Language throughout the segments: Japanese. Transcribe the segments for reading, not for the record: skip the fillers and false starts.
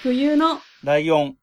冬のライオン。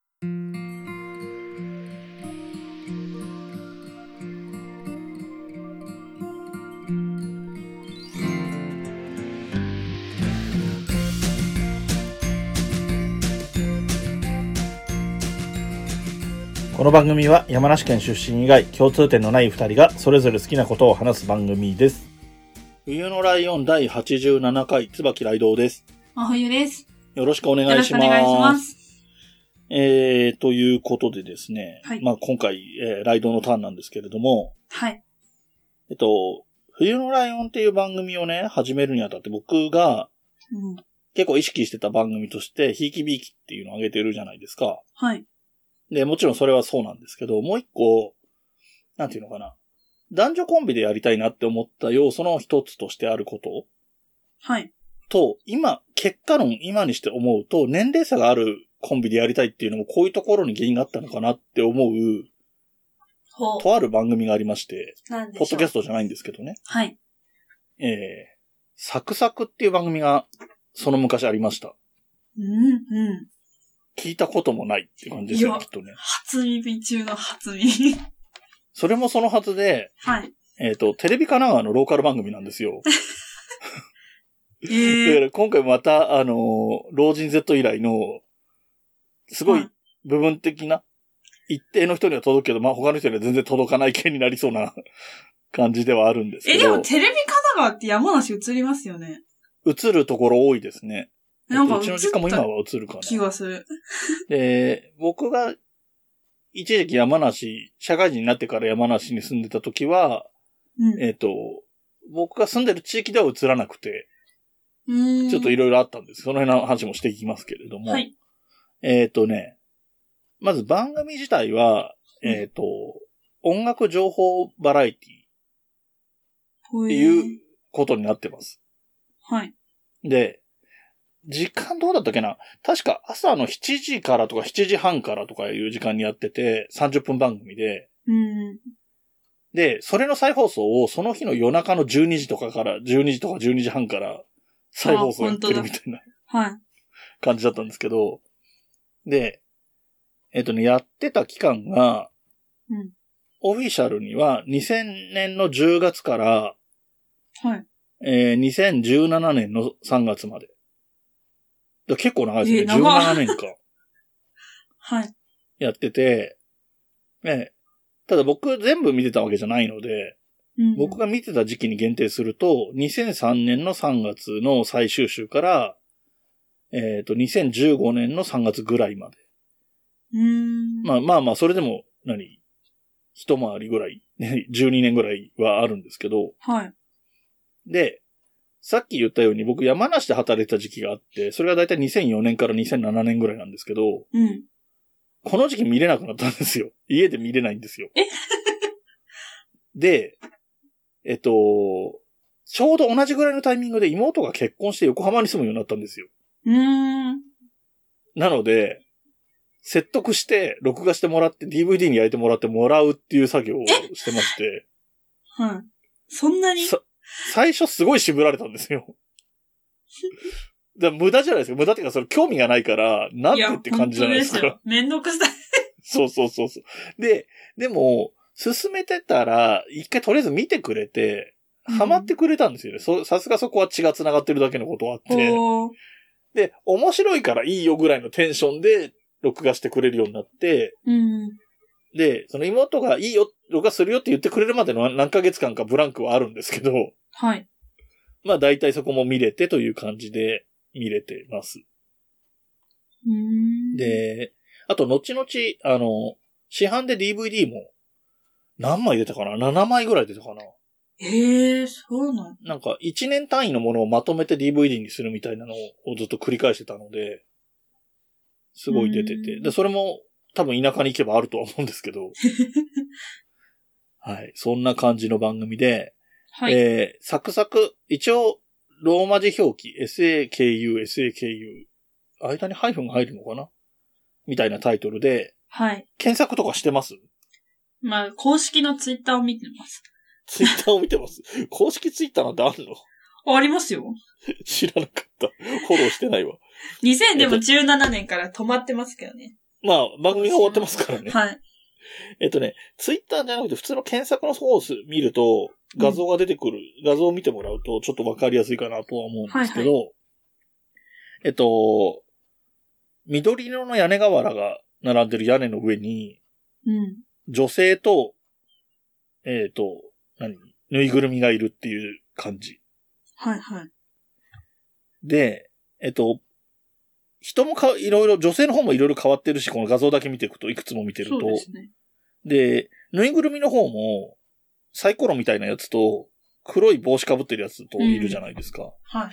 この番組は山梨県出身以外共通点のない2人がそれぞれ好きなことを話す番組です。冬のライオン第87回椿雷道です。 真冬です。 よろしくお願いします。 よろしくお願いします。 ということでですね。 はい、 今回、ライドのターンなんですけれども。 はい。 冬のライオンっていう番組をね、始めるにあたって僕が、結構意識してた番組として、ひいきびいきっていうのを挙げてるじゃないですか。 はい。 で、もちろんそれはそうなんですけど、もう一個、なんていうのかな。男女コンビでやりたいなって思った要素の一つとしてあること。 はい。 と、結果論今にして思うと、年齢差があるコンビでやりたいっていうのもこういうところに原因があったのかなって思う、とある番組がありまして、ポッドキャストじゃないんですけどね。 はい。 サクサクっていう番組がその昔ありました。聞いたこともないっていう感じですよね、きっとね。 初耳中の初耳。 それもそのはずで、 はい。 テレビ神奈川のローカル番組なんですよ。だから今回また、老人 Z 以来の、すごい部分的な、一定の人には届くけど、他の人には全然届かない系になりそうな感じではあるんですけど。 でもテレビ神奈川って山梨映りますよね。 映るところ多いですね。 なんかうちの実家も今は映るかな。 気がする。 で、僕が一時期社会人になってから山梨に住んでた時は、僕が住んでる地域では映らなくて、ちょっといろいろあったんです。その辺の話もしていきますけれども。はい。まず番組自体は、音楽情報バラエティっていうことになってます。 はい。 で、時間どうだったっけな？確か朝の7時からとか7時半からとかいう時間にやってて、30分番組で。で、それの再放送をその日の夜中の12時とか12時半から再放送やってるみたいな感じだったんですけど、で、やってた期間が、オフィシャルには2000年の10月から、2017年の3月まで。結構長いですね。17年間。 はい。 やってて、ただ僕全部見てたわけじゃないので、僕が見てた時期に限定すると、2003年の3月の最終週から、2015年の3月ぐらいまで。それでも、一回りぐらい、12年ぐらいはあるんですけど、 はい。 で、さっき言ったように僕山梨で働いた時期があって、それがだいたい2004年から2007年ぐらいなんですけど、この時期見れなくなったんですよ。家で見れないんですよ。で、ちょうど同じぐらいのタイミングで妹が結婚して横浜に住むようになったんですよ。なので、説得して、録画してもらって、DVD に焼いてもらってもらうっていう作業をしてまして。 はい。そんなに最初すごい渋られたんですよ。無駄じゃないですか。無駄っていうか、それ興味がないから、なんでって感じじゃないですか。 ですよ。めんどくさい。 そう。でも、進めてたら、一回とりあえず見てくれて、ハマってくれたんですよね。さすがそこは血が繋がってるだけのことあって。で、面白いからいいよぐらいのテンションで、録画してくれるようになって、で、その妹がいいよ、録画するよって言ってくれるまでの何ヶ月間かブランクはあるんですけど、 はい。 大体そこも見れてという感じで見れてます。で、あと、後々、市販で DVD も何枚出たかな ?7 枚ぐらい出たかな。 そうなの？ なんか、1年単位のものをまとめて DVD にするみたいなのをずっと繰り返してたので、すごい出てて。で、それも多分田舎に行けばあるとは思うんですけど。はい。そんな感じの番組で、はい。サクサク、一応、ローマ字表記、SAKU、間にハイフンが入るのかなみたいなタイトルで、 はい。 検索とかしてます？ 公式のツイッターを見てます。 ツイッターを見てます？公式ツイッターなんてあるの？ ありますよ。 知らなかった。フォローしてないわ。 2017年から止まってますけどね。 まあ、番組が終わってますからね。 はい。 ツイッターじゃなくて普通の検索のソース見ると、画像が出てくる、画像を見てもらうとちょっとわかりやすいかなとは思うんですけど、緑色の屋根瓦が並んでる屋根の上に、女性と、ぬいぐるみがいるっていう感じ。 はいはい。 で、人もいろいろ、女性の方もいろいろ変わってるし、この画像だけ見ていくと、いくつも見てると。 そうですね。 で、ぬいぐるみの方も、サイコロみたいなやつと、黒い帽子かぶってるやつといるじゃないですか。 はい。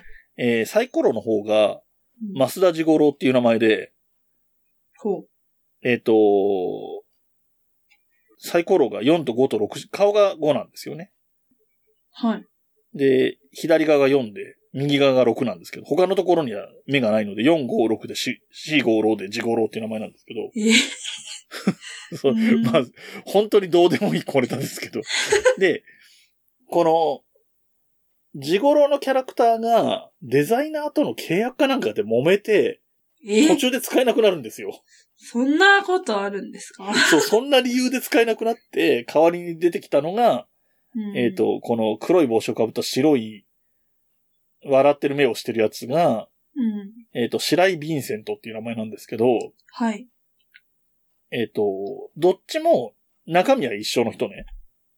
サイコロの方が、増田治五郎っていう名前で、サイコロが4と5と6、顔が5なんですよね。 はい。 で、左側が4で、右側が6なんですけど、他のところには目がないので、4、5、6で4、5、6でジゴロっていう名前なんですけど。そう、まあ、本当にどうでもいい小ネタですけど。で、この、ジゴロのキャラクターがデザイナーとの契約かなんかで揉めて、途中で使えなくなるんですよ。 そんなことあるんですか？ そう、そんな理由で使えなくなって、代わりに出てきたのが、この黒い帽子をかぶった白い、笑ってる目をしてるやつが、白井ヴィンセントっていう名前なんですけど、 はい。 どっちも中身は一緒の人ね。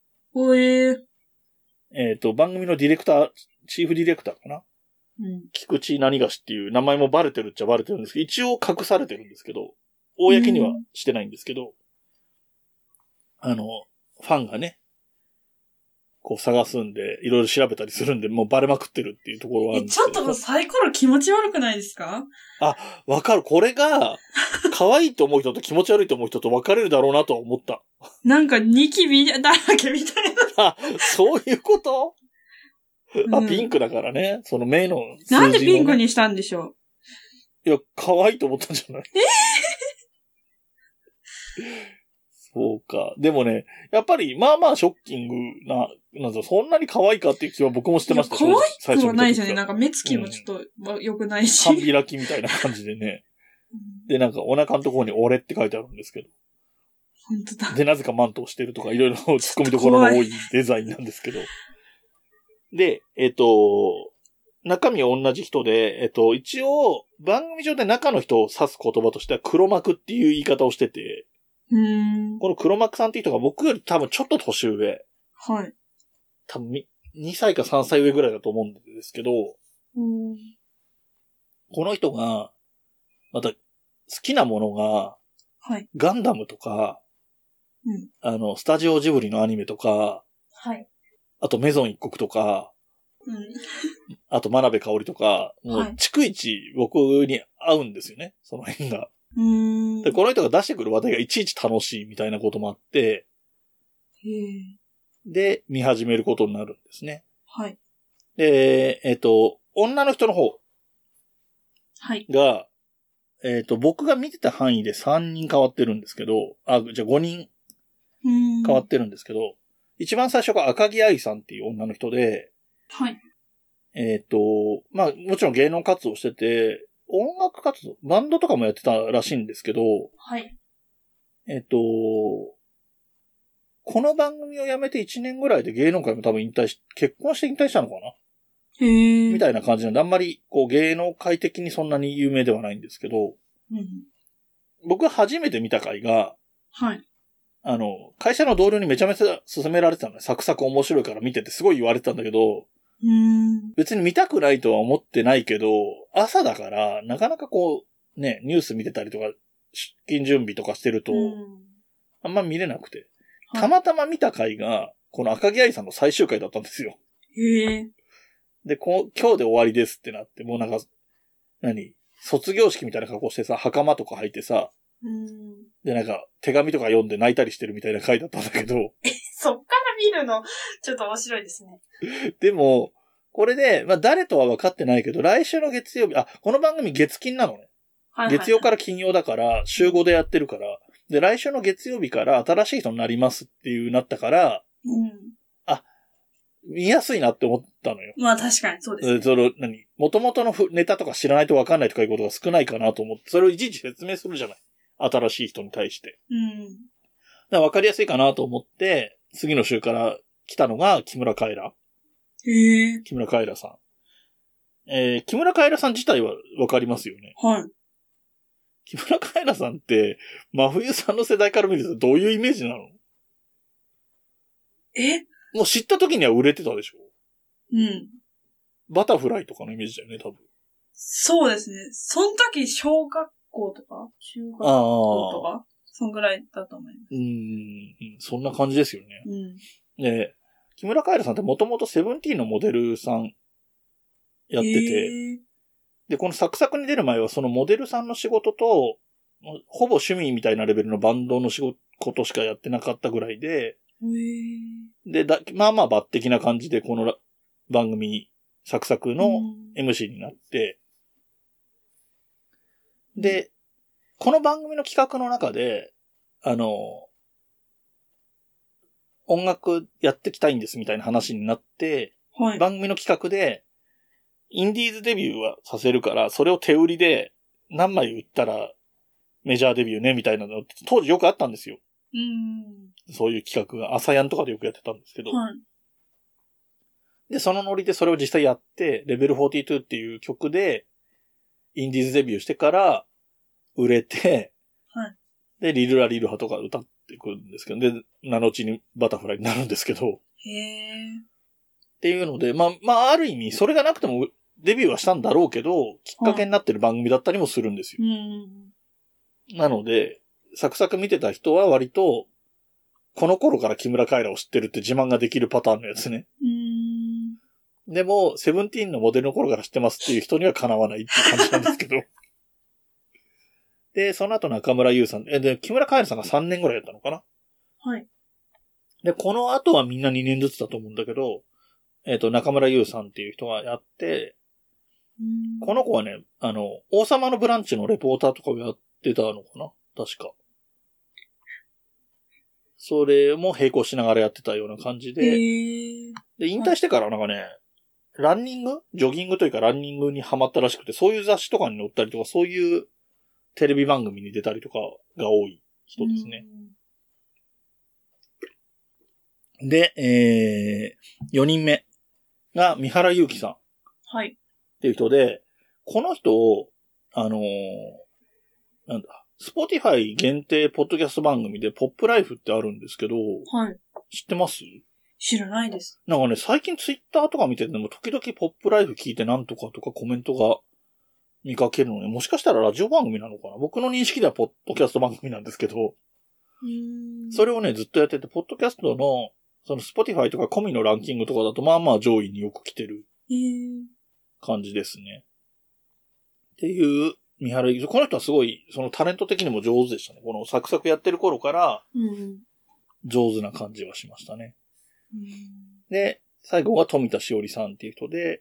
番組のディレクター、チーフディレクターかな。菊池何がしっていう名前もバレてるっちゃバレてるんですけど、一応隠されてるんですけど、公にはしてないんですけど、ファンがね、こう探すんで、いろいろ調べたりするんで、もうバレまくってるっていうところはあるんですけど。 ちょっとサイコロ気持ち悪くないですか？ あ、わかる。これが、可愛いと思う人と気持ち悪いと思う人と分かれるだろうなとは思った。 なんかニキビだらけみたいな。 あ、そういうこと？ピンクだからね。その目の数字の、ね。 なんでピンクにしたんでしょう？ いや、可愛いと思ったんじゃない？そうか。でもね、やっぱり、まあまあショッキングなんかそんなに可愛いかっていう気は僕もしてました。 可愛くはないですよね。なんか目つきもちょっと良くないし。 半開きみたいな感じでね。で、なんかお腹のところに俺って書いてあるんですけど。 本当だ。 で、なぜかマントをしてるとか、いろいろ突っ込みどころの多いデザインなんですけど。で、中身は同じ人で、一応、番組上で中の人を指す言葉としては黒幕っていう言い方をしてて、この黒幕さんっていう人が僕より多分ちょっと年上。 はい。 多分2歳か3歳上ぐらいだと思うんですけど、この人が、また好きなものが、 はい。 ガンダムとか、スタジオジブリのアニメとか、 はい。 あとメゾン一国とか、あと真鍋かおりとか、もう逐一僕に合うんですよね、その辺が。で、この人が出してくる話題がいちいち楽しいみたいなこともあって、で、見始めることになるんですね。 はい。 で、女の人の方が、僕が見てた範囲で3人変わってるんですけど、じゃあ5人変わってるんですけど、一番最初が赤木愛さんっていう女の人で、 はい。 まあ、もちろん芸能活動してて、音楽活動、バンドとかもやってたらしいんですけど、 はい。 この番組を辞めて1年ぐらいで芸能界も多分結婚して引退したのかな？みたいな感じなんで、あんまりこう芸能界的にそんなに有名ではないんですけど、僕が初めて見た回が、 はい。 会社の同僚にめちゃめちゃ勧められてたのね。サクサク面白いから見ててすごい言われてたんだけど、別に見たくないとは思ってないけど、朝だから、なかなかこう、ね、ニュース見てたりとか、出勤準備とかしてると、あんま見れなくて。たまたま見た回が、この赤木愛さんの最終回だったんですよ。で、今日で終わりですってなって、もうなんか、卒業式みたいな格好してさ、袴とか履いてさ、で、なんか、手紙とか読んで泣いたりしてるみたいな回だったんだけど。 そっから見るの、ちょっと面白いですね。 でも、これで、まあ誰とは分かってないけど、来週の月曜日、この番組月金なのね。月曜から金曜だから、週5でやってるから、で、来週の月曜日から新しい人になりますっていうなったから、 見やすいなって思ったのよ。 まあ確かにそうですね。 元々のネタとか知らないと分かんないとかいうことが少ないかなと思って、それをいちいち説明するじゃない。新しい人に対して。 うん。 だから分かりやすいかなと思って、次の週から来たのが木村カエラ。 へえ。 木村カエラさん。木村カエラさん自体は分かりますよね。 はい。 木村カエラさんって、真冬さんの世代から見るとどういうイメージなの？もう知った時には売れてたでしょ？ うん。 バタフライとかのイメージだよね、多分。 そうですね。その時、小学校とか中学校とかそんぐらいだと思います。 そんな感じですよね。 うん。 で、木村カエラさんってもともとセブンティーンのモデルさんやってて、で、このサクサクに出る前はそのモデルさんの仕事と、ほぼ趣味みたいなレベルのバンドの仕事しかやってなかったぐらいで、で、まあまあ抜擢な感じでこの番組、サクサクの MC になって、で、この番組の企画の中で、音楽やってきたいんですみたいな話になって、 はい、 番組の企画で、インディーズデビューはさせるから、それを手売りで何枚売ったらメジャーデビューねみたいなの当時よくあったんですよ。そういう企画が、朝やんとかでよくやってたんですけど。 はい、 で、そのノリでそれを実際やって、レベル42っていう曲で、インディーズデビューしてから売れて、 はい、 で、リルラリルハとか歌ってくるんですけど、で、後にバタフライになるんですけど。っていうので、まあ、ある意味、それがなくてもデビューはしたんだろうけど、きっかけになってる番組だったりもするんですよ。なので、サクサク見てた人は割と、この頃から木村カエラを知ってるって自慢ができるパターンのやつね。でも、セブンティーンのモデルの頃から知ってますっていう人にはかなわないっていう感じなんですけど。で、その後中村優さん。で、木村カエラさんが3年ぐらいやったのかな？ はい。 で、この後はみんな2年ずつだと思うんだけど、中村優さんっていう人がやって、この子はね、王様のブランチのレポーターとかをやってたのかな？確か。それも並行しながらやってたような感じで、で、引退してからなんかね、ランニング？ジョギングというかランニングにハマったらしくて、そういう雑誌とかに載ったりとか、そういうテレビ番組に出たりとかが多い人ですね。で、4人目が三原祐希さん。 はい。 っていう人で、この人を、なんだ、Spotify 限定ポッドキャスト番組でポップライフってあるんですけど、 はい。 知ってます？ 知らないです。 なんかね、最近ツイッターとか見てても時々ポップライフ聞いてなんとかとかコメントが見かけるのね。もしかしたらラジオ番組なのかな？僕の認識ではポッドキャスト番組なんですけど、それをね、ずっとやってて、ポッドキャストの、その Spotify とかコミのランキングとかだと、まあまあ上位によく来てる感じですね。っていう、三原由紀。この人はすごい、そのタレント的にも上手でしたね。このサクサクやってる頃から、上手な感じはしましたね。で、最後は富田しおりさんっていう人で、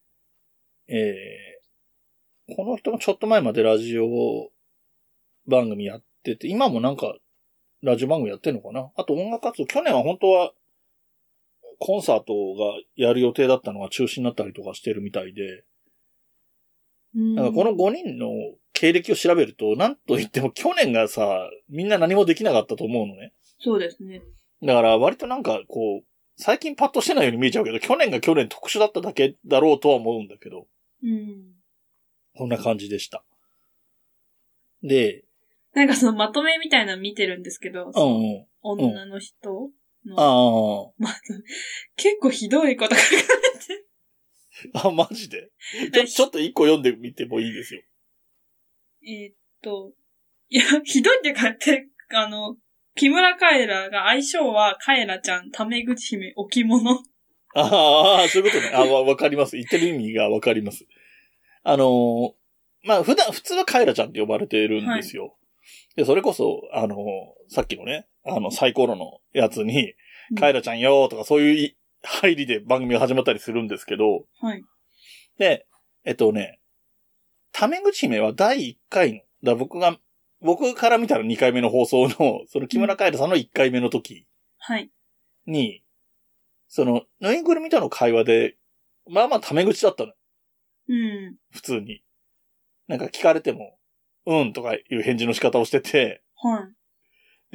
この人もちょっと前までラジオ番組やってて、今もなんか、ラジオ番組やってんのかな？あと音楽活動、去年は本当は、コンサートがやる予定だったのが中止になったりとかしてるみたいで、なんかこの5人の経歴を調べると、なんと言っても去年がさ、みんな何もできなかったと思うのね。 そうですね。 だから割となんかこう、最近パッとしてないように見えちゃうけど、去年が去年特殊だっただけだろうとは思うんだけど。こんな感じでした。で、 なんかそのまとめみたいなの見てるんですけど、女の人の、結構ひどいこと書かれて。 あ、マジで？ちょっと一個読んでみてもいいですよ。 いや、ひどいって書いて、木村カエラが愛称はカエラちゃん、タメ口姫、置物。 ああ、そういうことね。わかります。言ってる意味がわかります。まあ、普通はカエラちゃんって呼ばれてるんですよ。はい、で、それこそ、さっきのね、サイコロのやつに、カエラちゃんよーとかそういう入りで番組が始まったりするんですけど、 はい。 で、タメ口姫は第1回の、僕から見たら2回目の放送の、その木村カエラさんの1回目の時はい。 に、 ぬいぐるみとの会話で、まあまあタメ口だったの。 うん。 普通に。なんか聞かれても、うんとかいう返事の仕方をしてて。 はい。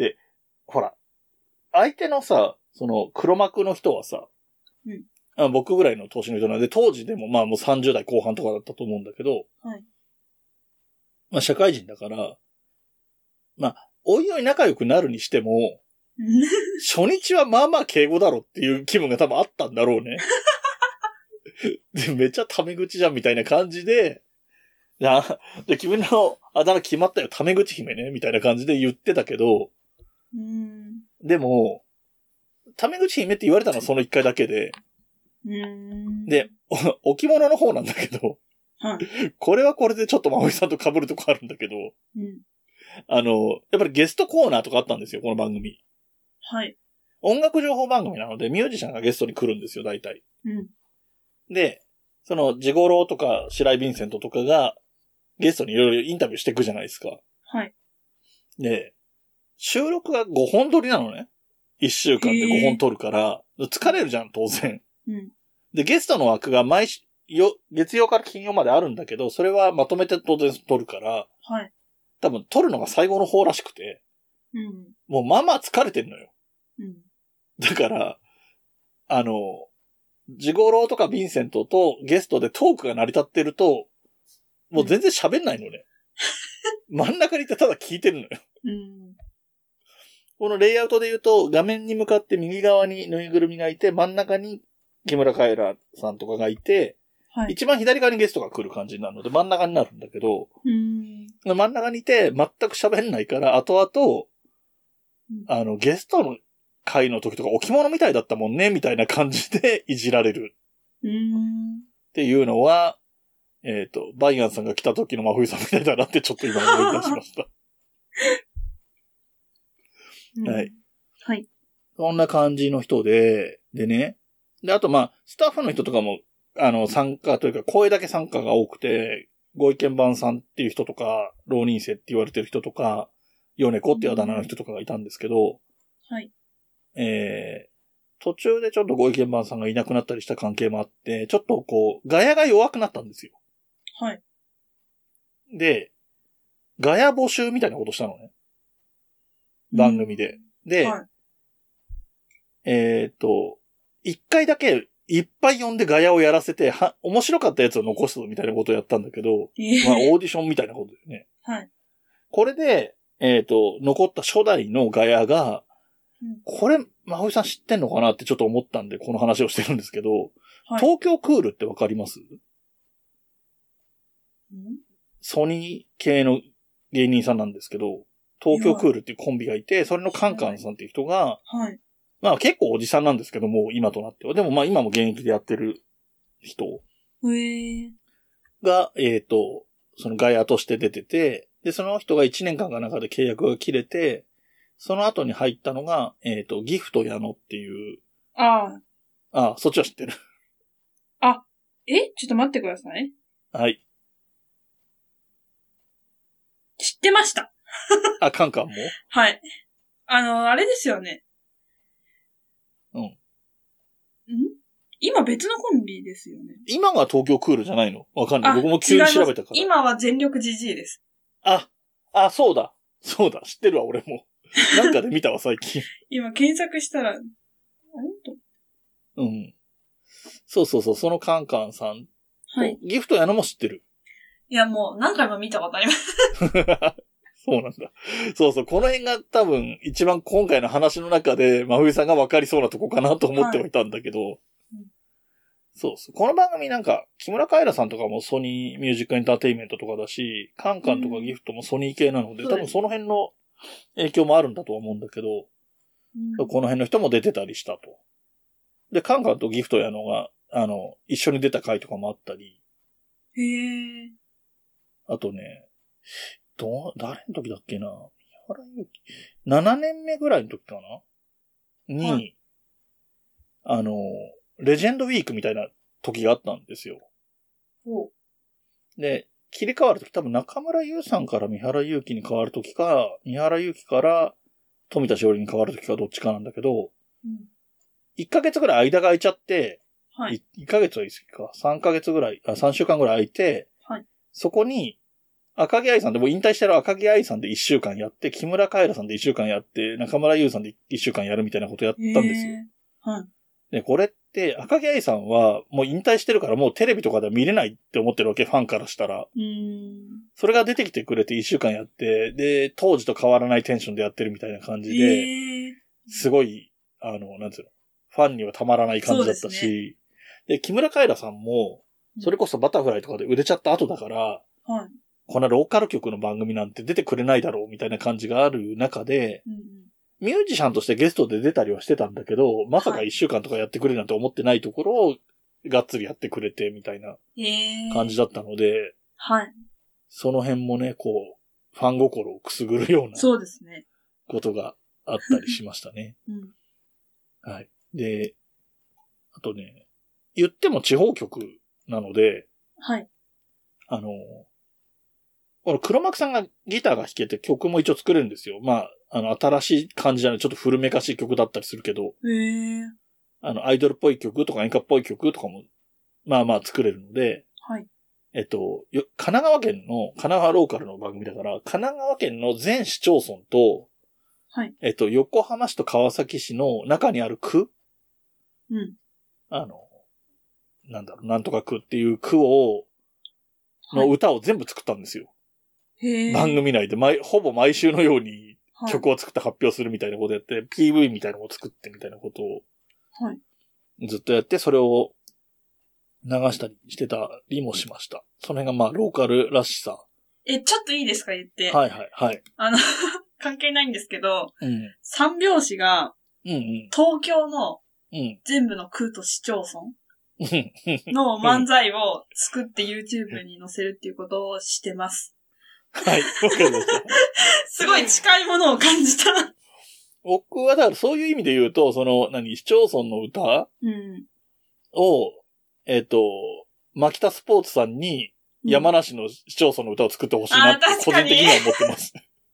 で、ほら、相手のさ、黒幕の人はさ、 うん、 僕ぐらいの年の人なんで、当時でもまあもう30代後半とかだったと思うんだけど、 はい。 まあ社会人だから、まあ、おいおい仲良くなるにしても、初日はまあまあ敬語だろっていう気分が多分あったんだろうね。で、めっちゃタメ口じゃんみたいな感じで、で、君のあだ名決まったよ、タメ口姫ね、みたいな感じで言ってたけど、でも、タメ口姫って言われたのはその一回だけで、で、置物の方なんだけど、 はい、 これはこれでちょっとまおいさんと被るとこあるんだけど、やっぱりゲストコーナーとかあったんですよ、この番組。 はい。 音楽情報番組なので、ミュージシャンがゲストに来るんですよ、大体。で、ジゴロとか白井ヴィンセントとかが、ゲストにいろいろインタビューしていくじゃないですか。 はい。 で、収録が5本撮りなのね。1週間で5本撮るから、疲れるじゃん、当然。で、ゲストの枠が月曜から金曜まであるんだけど、それはまとめて当然撮るから、 はい。 多分撮るのが最後の方らしくて、もうまあまあ疲れてんのよ。だから、ジゴロとかヴィンセントとゲストでトークが成り立ってると、もう全然喋んないのね。真ん中にいてただ聞いてるのよ。このレイアウトで言うと、画面に向かって右側にぬいぐるみがいて、真ん中に木村カエラさんとかがいて、はい、一番左側にゲストが来る感じになるので、真ん中になるんだけど、真ん中にいて全く喋んないから、後々、ゲストの会の時とか置物みたいだったもんね、みたいな感じでいじられる。っていうのは、バイアンさんが来た時の真冬さんみたいだなってちょっと今思い出しました。はい。 はい。 そんな感じの人で、で、あとまあ、スタッフの人とかも、参加というか、声だけ参加が多くて、ご意見番さんっていう人とか、浪人生って言われてる人とか、ヨネコっていうあだ名の人とかがいたんですけど、 はい。 途中でちょっとご意見番さんがいなくなったりした関係もあって、ちょっとガヤが弱くなったんですよ。 はい。 で、ガヤ募集みたいなことしたのね。番組で。で、はい、一回だけいっぱい呼んでガヤをやらせて、面白かったやつを残すみたいなことをやったんだけど、まあオーディションみたいなことだよね。 はい。 これで、残った初代のガヤが、これ、まほいさん知ってんのかなってちょっと思ったんで、この話をしてるんですけど、はい、東京クールってわかります？ソニー系の芸人さんなんですけど、東京クールっていうコンビがいて、それのカンカンさんっていう人が、 はい、 まあ結構おじさんなんですけども、今となっては。でもまあ今も現役でやってる人が、そのガヤとして出てて、で、その人が1年間かなんかで契約が切れて、その後に入ったのが、ギフト矢野っていう。 ああ、そっちは知ってる。 あ、ちょっと待ってください。 はい。 知ってました。 あ、カンカンも？ はい。あれですよね。今別のコンビですよね。 今が東京クールじゃないの？わかんない。僕も急に調べたから。 今は全力ジジイです。 そうだ。そうだ。知ってるわ、俺も。なんかで見たわ、最近。 今検索したら、 うん。そう、そのカンカンさん。 はい。 ギフトやのも知ってる。 いや、もう何回も見たことあります。 そうなんだ。そう、この辺が多分一番今回の話の中で、真冬さんが分かりそうなとこかなと思ってはいたんだけど、はい、そう。この番組なんか、木村カエラさんとかもソニーミュージックエンターテインメントとかだし、カンカンとかギフトもソニー系なので、多分その辺の影響もあるんだとは思うんだけど、この辺の人も出てたりしたと。で、カンカンとギフトやのが、一緒に出た回とかもあったり。 へー。 あとね、誰の時だっけな？7年目ぐらいの時かなに、はい、レジェンドウィークみたいな時があったんですよ。で、切り替わる時多分中村優さんから三原祐希に変わる時か、三原祐希から富田しおりに変わる時かどっちかなんだけど、 1ヶ月ぐらい間が空いちゃって、 はい。 1ヶ月は言い過ぎか。3ヶ月ぐらい、3週間ぐらい空いて、 はい。 そこに、赤木愛さんでもう引退してる赤木愛さんで1週間やって、木村カエラさんで1週間やって、中村優さんで1週間やるみたいなことやったんですよ。 はい。 で、これって、赤木愛さんはもう引退してるからもうテレビとかでは見れないって思ってるわけ、ファンからしたら。それが出てきてくれて1週間やって、で、当時と変わらないテンションでやってるみたいな感じで、すごい、なんつうの、ファンにはたまらない感じだったし、で、木村カエラさんも、それこそバタフライとかで売れちゃった後だから、 はい。 こんなローカル局の番組なんて出てくれないだろうみたいな感じがある中で、ミュージシャンとしてゲストで出たりはしてたんだけど、まさか1週間とかやってくれなんて思ってないところをがっつりやってくれてみたいな感じだったので、 はい。その辺もね、こう、ファン心をくすぐるようなそうですね。 ことがあったりしましたね。はい。で、あとね、言っても地方局なので、 はい。 この黒幕さんがギターが弾けて曲も一応作れるんですよ。まあ、新しい感じじゃない、ちょっと古めかしい曲だったりするけど、アイドルっぽい曲とか演歌っぽい曲とかも、まあまあ作れるので、 はい。 神奈川ローカルの番組だから、神奈川県の全市町村と、 はい。 横浜市と川崎市の中にある区、なんだろう、なんとか区っていう区の歌を全部作ったんですよ。番組内でほぼ毎週のように曲を作って発表するみたいなことやって、PV みたいなのを作ってみたいなことをずっとやって、それを流したりしてたりもしました。その辺がまあローカルらしさ。 ちょっといいですか言って。 はいはいはい。 関係ないんですけど、三拍子が東京の全部の区と市町村の漫才を作って YouTube に載せるっていうことをしてます。 はい、わかりました。 すごい近いものを感じた。 僕はだからそういう意味で言うと、市町村の歌を、マキタスポーツさんに山梨の市町村の歌を作ってほしいなって個人的には思ってます。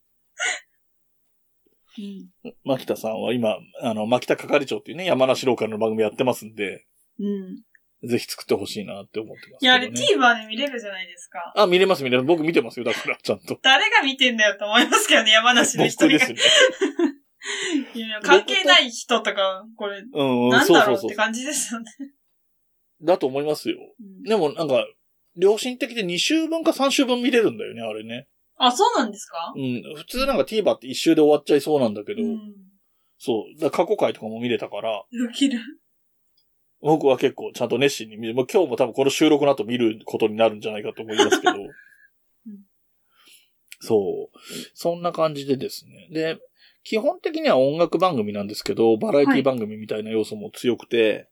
マキタさんは今、マキタ係長っていうね、山梨ローカルの番組やってますんで、ぜひ作ってほしいなって思ってます、ね。 いや、あれ TVer で見れるじゃないですか。 見れます。僕見てますよ。だから、ちゃんと。 誰が見てんだよと思いますけどね、山梨の人が。僕ですね。いや関係ない人とか、これ、なんだろうって感じですよね。 だと思いますよ。でもなんか、良心的で2週分か3週分見れるんだよね、あれね。 あ、そうなんですか？ 普通なんか TVer って1週で終わっちゃいそうなんだけど、そう。だ過去回とかも見れたから。 ウケる。 僕は結構ちゃんと熱心に見る。今日も多分この収録の後見ることになるんじゃないかと思いますけど。そう。そんな感じでですね。で、基本的には音楽番組なんですけど、バラエティ番組みたいな要素も強くて、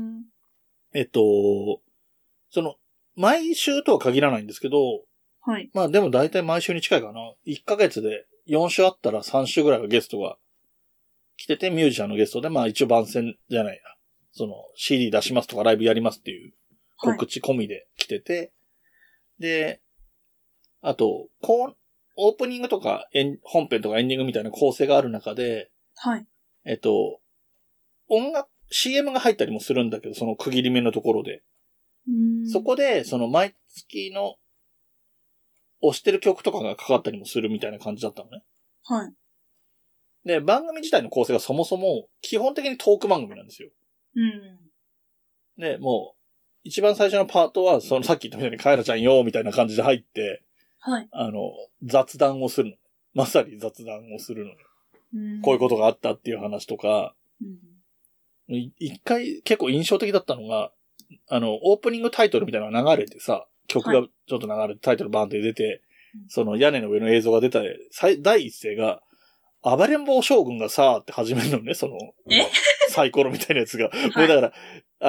毎週とは限らないんですけど、まあでも大体毎週に近いかな。1ヶ月で4週あったら3週ぐらいはゲストが来てて、ミュージシャンのゲストで、まあ一応番宣じゃないな。CD 出しますとかライブやりますっていう告知込みで来てて、で、あと、オープニングとか本編とかエンディングみたいな構成がある中で、CM が入ったりもするんだけど、その区切り目のところで。そこで、毎月の推してる曲とかがかかったりもするみたいな感じだったのね。で、番組自体の構成がそもそも基本的にトーク番組なんですよ。で、もう、一番最初のパートは、さっき言ったみたいにカエラちゃんよ、みたいな感じで入って、雑談をするの。まさに雑談をするのよ。こういうことがあったっていう話とか、一回結構印象的だったのが、オープニングタイトルみたいなのが流れてさ、曲がちょっと流れてタイトルバーンって出て、屋根の上の映像が出た第一声が、暴れん坊将軍がさーって始めるのね、サイコロみたいなやつが。もうだから、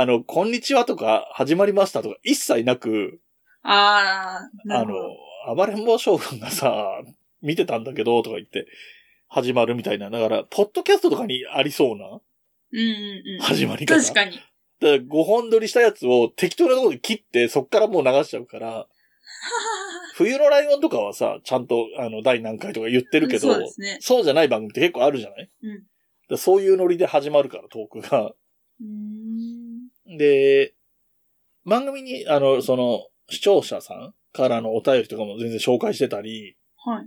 こんにちはとか、始まりましたとか、一切なく、暴れん坊将軍がさ、見てたんだけど、とか言って、始まるみたいな。だから、ポッドキャストとかにありそうな、始まり方。 確かに。 だから5本撮りしたやつを適当なところで切って、そっからもう流しちゃうから、冬のライオンとかはさ、ちゃんと、第何回とか言ってるけど、そうじゃない番組って結構あるじゃない？だそういうノリで始まるから、トークが。 で、番組に、視聴者さんからのお便りとかも全然紹介してたり、 はい。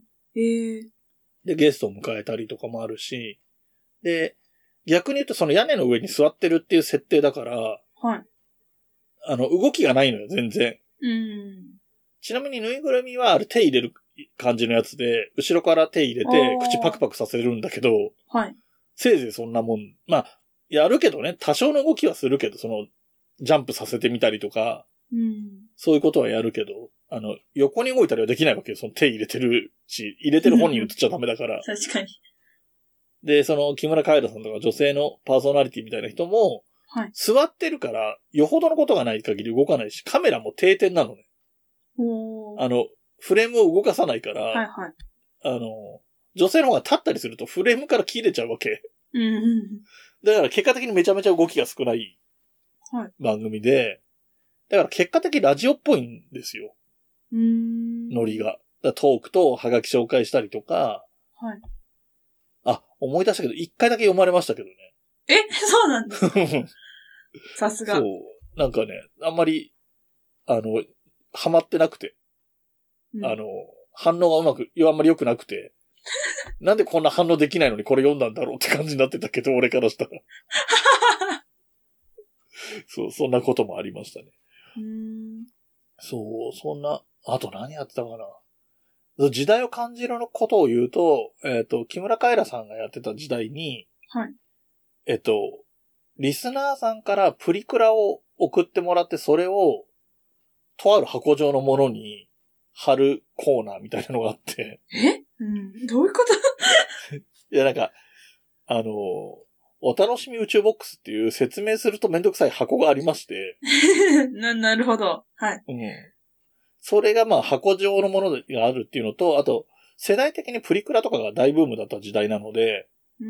で、ゲストを迎えたりとかもあるし、で、逆に言うとその屋根の上に座ってるっていう設定だから、 はい。 動きがないのよ、全然。ちなみにぬいぐるみは手入れる感じのやつで、後ろから手入れて口パクパクさせるんだけど、 はい。 せいぜいそんなもん。まあ、やるけどね、多少の動きはするけど、ジャンプさせてみたりとか、そういうことはやるけど、横に動いたりはできないわけよ。その手入れてるし、入れてる本人映っちゃダメだから。 確かに。 で、木村カエラさんとか女性のパーソナリティみたいな人も、 はい、 座ってるから、よほどのことがない限り動かないし、カメラも定点なのね。フレームを動かさないから、 はいはい、 女性の方が立ったりするとフレームから切れちゃうわけ。だから結果的にめちゃめちゃ動きが少ない番組で、だから結果的にラジオっぽいんですよ。ノリが。トークとハガキ紹介したりとか、 はい、 あ、思い出したけど、一回だけ読まれましたけどね。 そうなんですかさすが。 そう。なんかね、あんまり、ハマってなくて。反応があんまり良くなくて。なんでこんな反応できないのにこれ読んだんだろうって感じになってたけど、俺からしたら。そう、そんなこともありましたね。そう、そんな、あと何やってたかな。時代を感じるのことを言うと、木村カエラさんがやってた時代に、 はい。 リスナーさんからプリクラを送ってもらって、それを、とある箱状のものに貼るコーナーみたいなのがあって。 どういうこといや、なんか、お楽しみ宇宙ボックスっていう説明するとめんどくさい箱がありまして。 なるほど。はい。 それがまあ箱状のものがあるっていうのと、あと、世代的にプリクラとかが大ブームだった時代なので、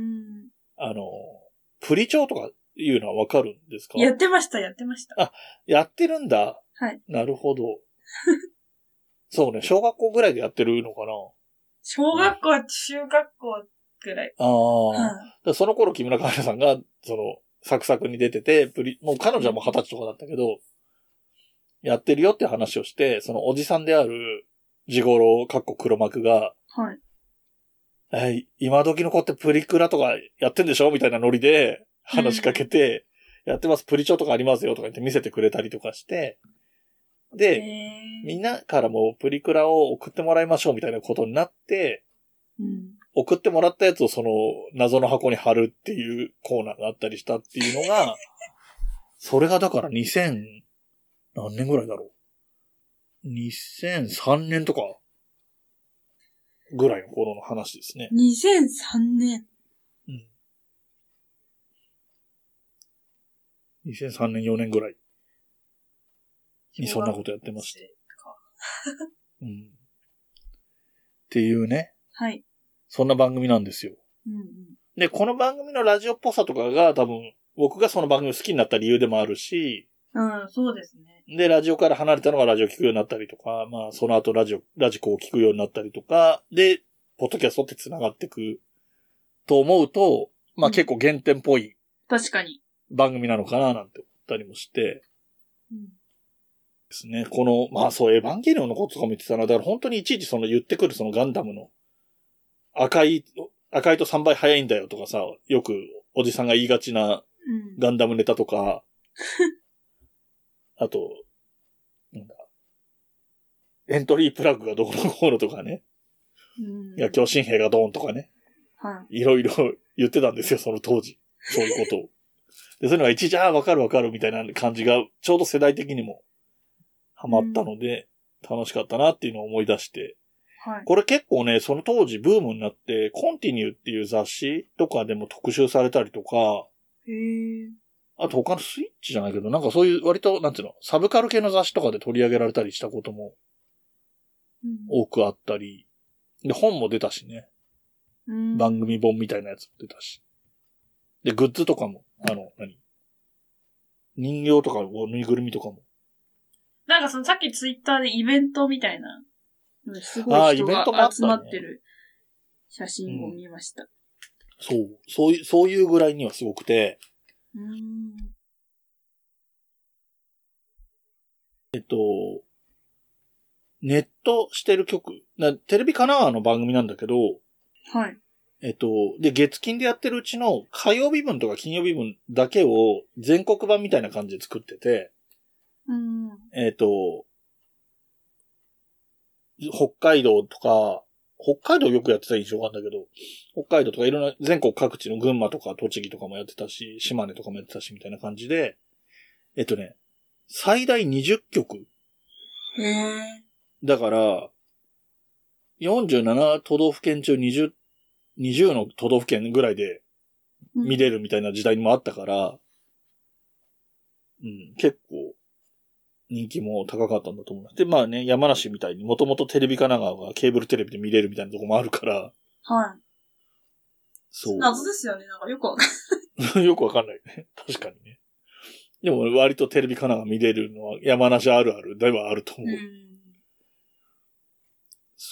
プリ帳とかいうのはわかるんですか？ やってました。 あ、やってるんだ。 はい。 なるほど。そうね、小学校ぐらいでやってるのかな？ 小学校、中学校ぐらい。 その頃木村カエラさんが、サクサクに出てて、もう彼女はもう20歳とかだったけど、やってるよって話をして、そのおじさんであるジゴロ黒幕が、 はい。 今時の子ってプリクラとかやってんでしょみたいなノリで話しかけて、やってます、プリチョとかありますよとか言って見せてくれたりとかして、で、みんなからもプリクラを送ってもらいましょうみたいなことになって、送ってもらったやつをその謎の箱に貼るっていうコーナーがあったりしたっていうのが、それがだから2000、何年ぐらいだろう。2003年とかぐらいの頃の話ですね。 2003年。 2003年4年ぐらいにそんなことやってました。っていうね。 はい。 そんな番組なんですよ。で、この番組のラジオっぽさとかが多分、僕がその番組を好きになった理由でもあるし、 そうですね。 で、ラジオから離れたのがラジオ聞くようになったりとか、まあ、その後ラジコを聞くようになったりとか、で、ポッドキャストって繋がっていくと思うと、まあ結構原点っぽい。 確かに。 番組なのかななんて思ったりもして。ですね。まあそう、エヴァンゲリオンのこととかも言ってたな。だから本当にいちいち言ってくるそのガンダムの赤いと3倍速いんだよとかさ、よくおじさんが言いがちなガンダムネタとか、あと、エントリープラグがどこのこうのとかね。野球新兵がドーンとかね。いろいろ言ってたんですよ、その当時。そういうことを。で、そういうのがいちいち、わかるみたいな感じが、ちょうど世代的にもハマったので、楽しかったなっていうのを思い出して。これ結構ね、その当時ブームになって、コンティニューっていう雑誌とかでも特集されたりとか、あと他のスイッチじゃないけど、なんかそういう割と、なんていうの、サブカル系の雑誌とかで取り上げられたりしたことも多くあったり、で、本も出たしね。番組本みたいなやつも出たし。で、グッズとかも、人形とか、ぬいぐるみとかも。 なんかさっきツイッターでイベントみたいな、すごい人が集まってる写真を見ました。 そういうぐらいにはすごくて、 ネットしてる曲、テレビ神奈川の番組なんだけど、 はい。 で、月金でやってるうちの火曜日分とか金曜日分だけを全国版みたいな感じで作ってて、北海道とか、北海道よくやってた印象があるんだけど、北海道とかいろんな全国各地の群馬とか栃木とかもやってたし、島根とかもやってたしみたいな感じで、最大20曲。だから、47都道府県中20の都道府県ぐらいで見れるみたいな時代にもあったから、結構人気も高かったんだと思う。で、まあね、山梨みたいにもともとテレビ神奈川がケーブルテレビで見れるみたいなとこもあるから。 はい。 そう。 謎ですよね。なんかよくわかんない。よくわかんないね。確かにね。でも割とテレビ神奈川見れるのは山梨あるあるではあると思う。そう。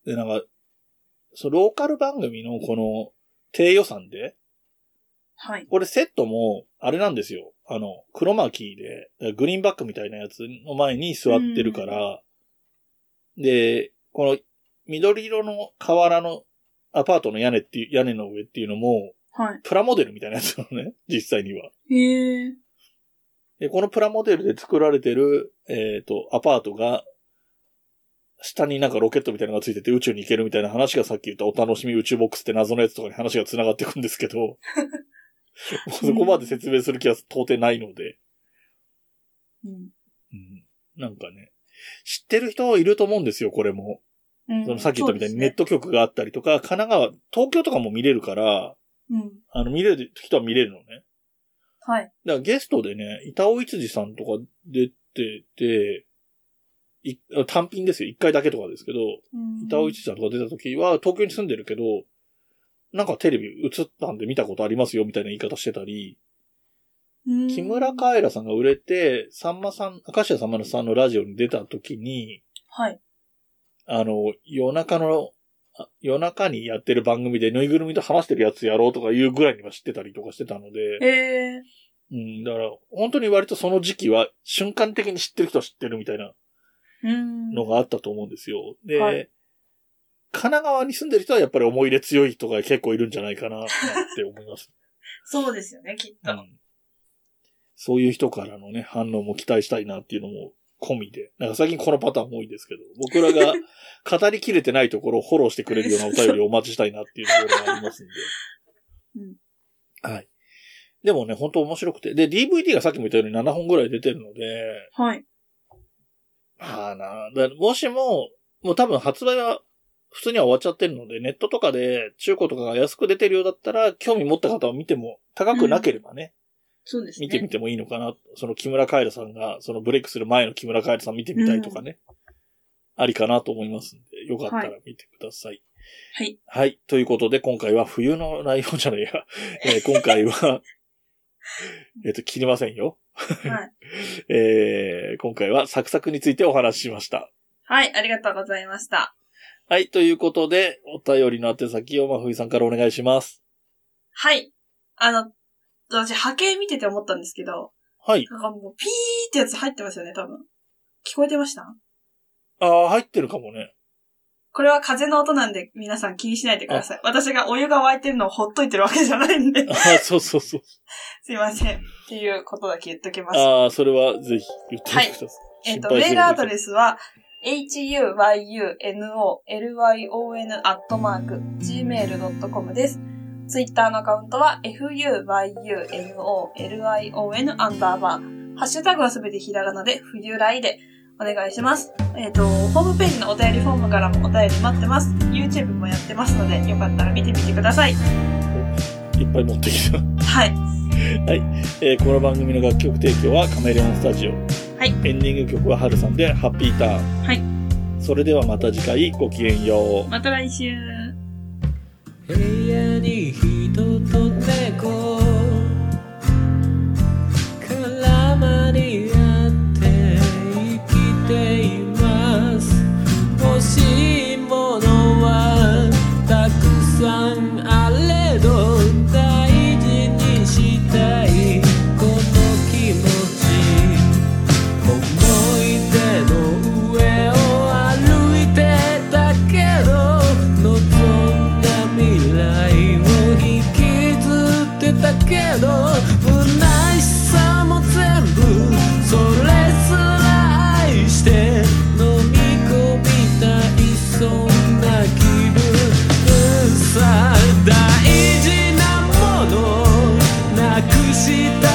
で、なんか、ローカル番組のこの低予算で、 はい。 これセットも、あれなんですよ。黒巻で、グリーンバックみたいなやつの前に座ってるから、で、この緑色の瓦のアパートの屋根の上っていうのも、 はい。 プラモデルみたいなやつなのね、実際には。 へー。 で、このプラモデルで作られてる、アパートが、下になんかロケットみたいなのがついてて宇宙に行けるみたいな話がさっき言ったお楽しみ宇宙ボックスって謎のやつとかに話が繋がっていくんですけど、そこまで説明する気は到底ないので、なんかね、知ってる人いると思うんですよ、これも。そのさっき言ったみたいにネット局があったりとか、神奈川、東京とかも見れるから、見れる人は見れるのね。 はい。 だからゲストでね、板尾一次さんとか出てて、単品ですよ。一回だけとかですけど、板尾一次さんとか出た時は、東京に住んでるけど、なんかテレビ映ったんで見たことありますよみたいな言い方してたり、木村カエラさんが売れて、明石家さんまのさんのラジオに出た時に、 はい。 夜中にやってる番組でぬいぐるみと話してるやつやろうとかいうぐらいには知ってたりとかしてたので、だから本当に割とその時期は瞬間的に知ってる人は知ってるみたいなのがあったと思うんですよ。で、はい、神奈川に住んでる人はやっぱり思い入れ強い人が結構いるんじゃないかなって思います。 そうですよね、きっと、 そういう人からのね、反応も期待したいなっていうのも込みで。なんか最近このパターン多いですけど、僕らが語りきれてないところをフォローしてくれるようなお便りをお待ちしたいなっていうところがありますんで。はい。でもね、本当面白くて。で、DVD がさっきも言ったように7本ぐらい出てるので。 はい。 もしもう多分発売は普通には終わっちゃってるので、ネットとかで中古とかが安く出てるようだったら、興味持った方は見ても、高くなければね。 そうですね。 見てみてもいいのかな。その木村カエラさんが、そのブレイクする前の木村カエラさん見てみたいとかね。ありかなと思いますんで、よかったら見てください。 はい。 はい。ということで、今回は冬の内容じゃないや。今回は、切りませんよ。 はい。 今回はサクサクについてお話ししました。 はい、ありがとうございました。 はい、ということで、お便りの宛先をまふいさんからお願いします。 はい。私、波形見てて思ったんですけど。 はい。 なんかもう、ピーってやつ入ってますよね、多分。聞こえてました？ 入ってるかもね。 これは風の音なんで、皆さん気にしないでください。私がお湯が沸いてるのをほっといてるわけじゃないんで。 そうそうそう。 すいません。っていうことだけ言っときます。 それはぜひ言ってください。 はい。メールアドレスは、huyunolyon@gmail.com です。ツイッターのアカウントは fuyunolion_ハッシュタグはすべてひらがなで冬来でお願いします。ホームページのお便りフォームからもお便り待ってます。YouTube もやってますので、よかったら見てみてください。 いっぱい持ってきた。 はい。 はい。この番組の楽曲提供はカメレオンスタジオ。 はい。 エンディング曲はハルさんでハッピーターン。 はい。 それではまた次回ごきげんよう。 また来週。 部屋に人と猫絡まり合って生きています。欲しいものはたくさんあれど大事にしたいな気分さ、大事なものなくした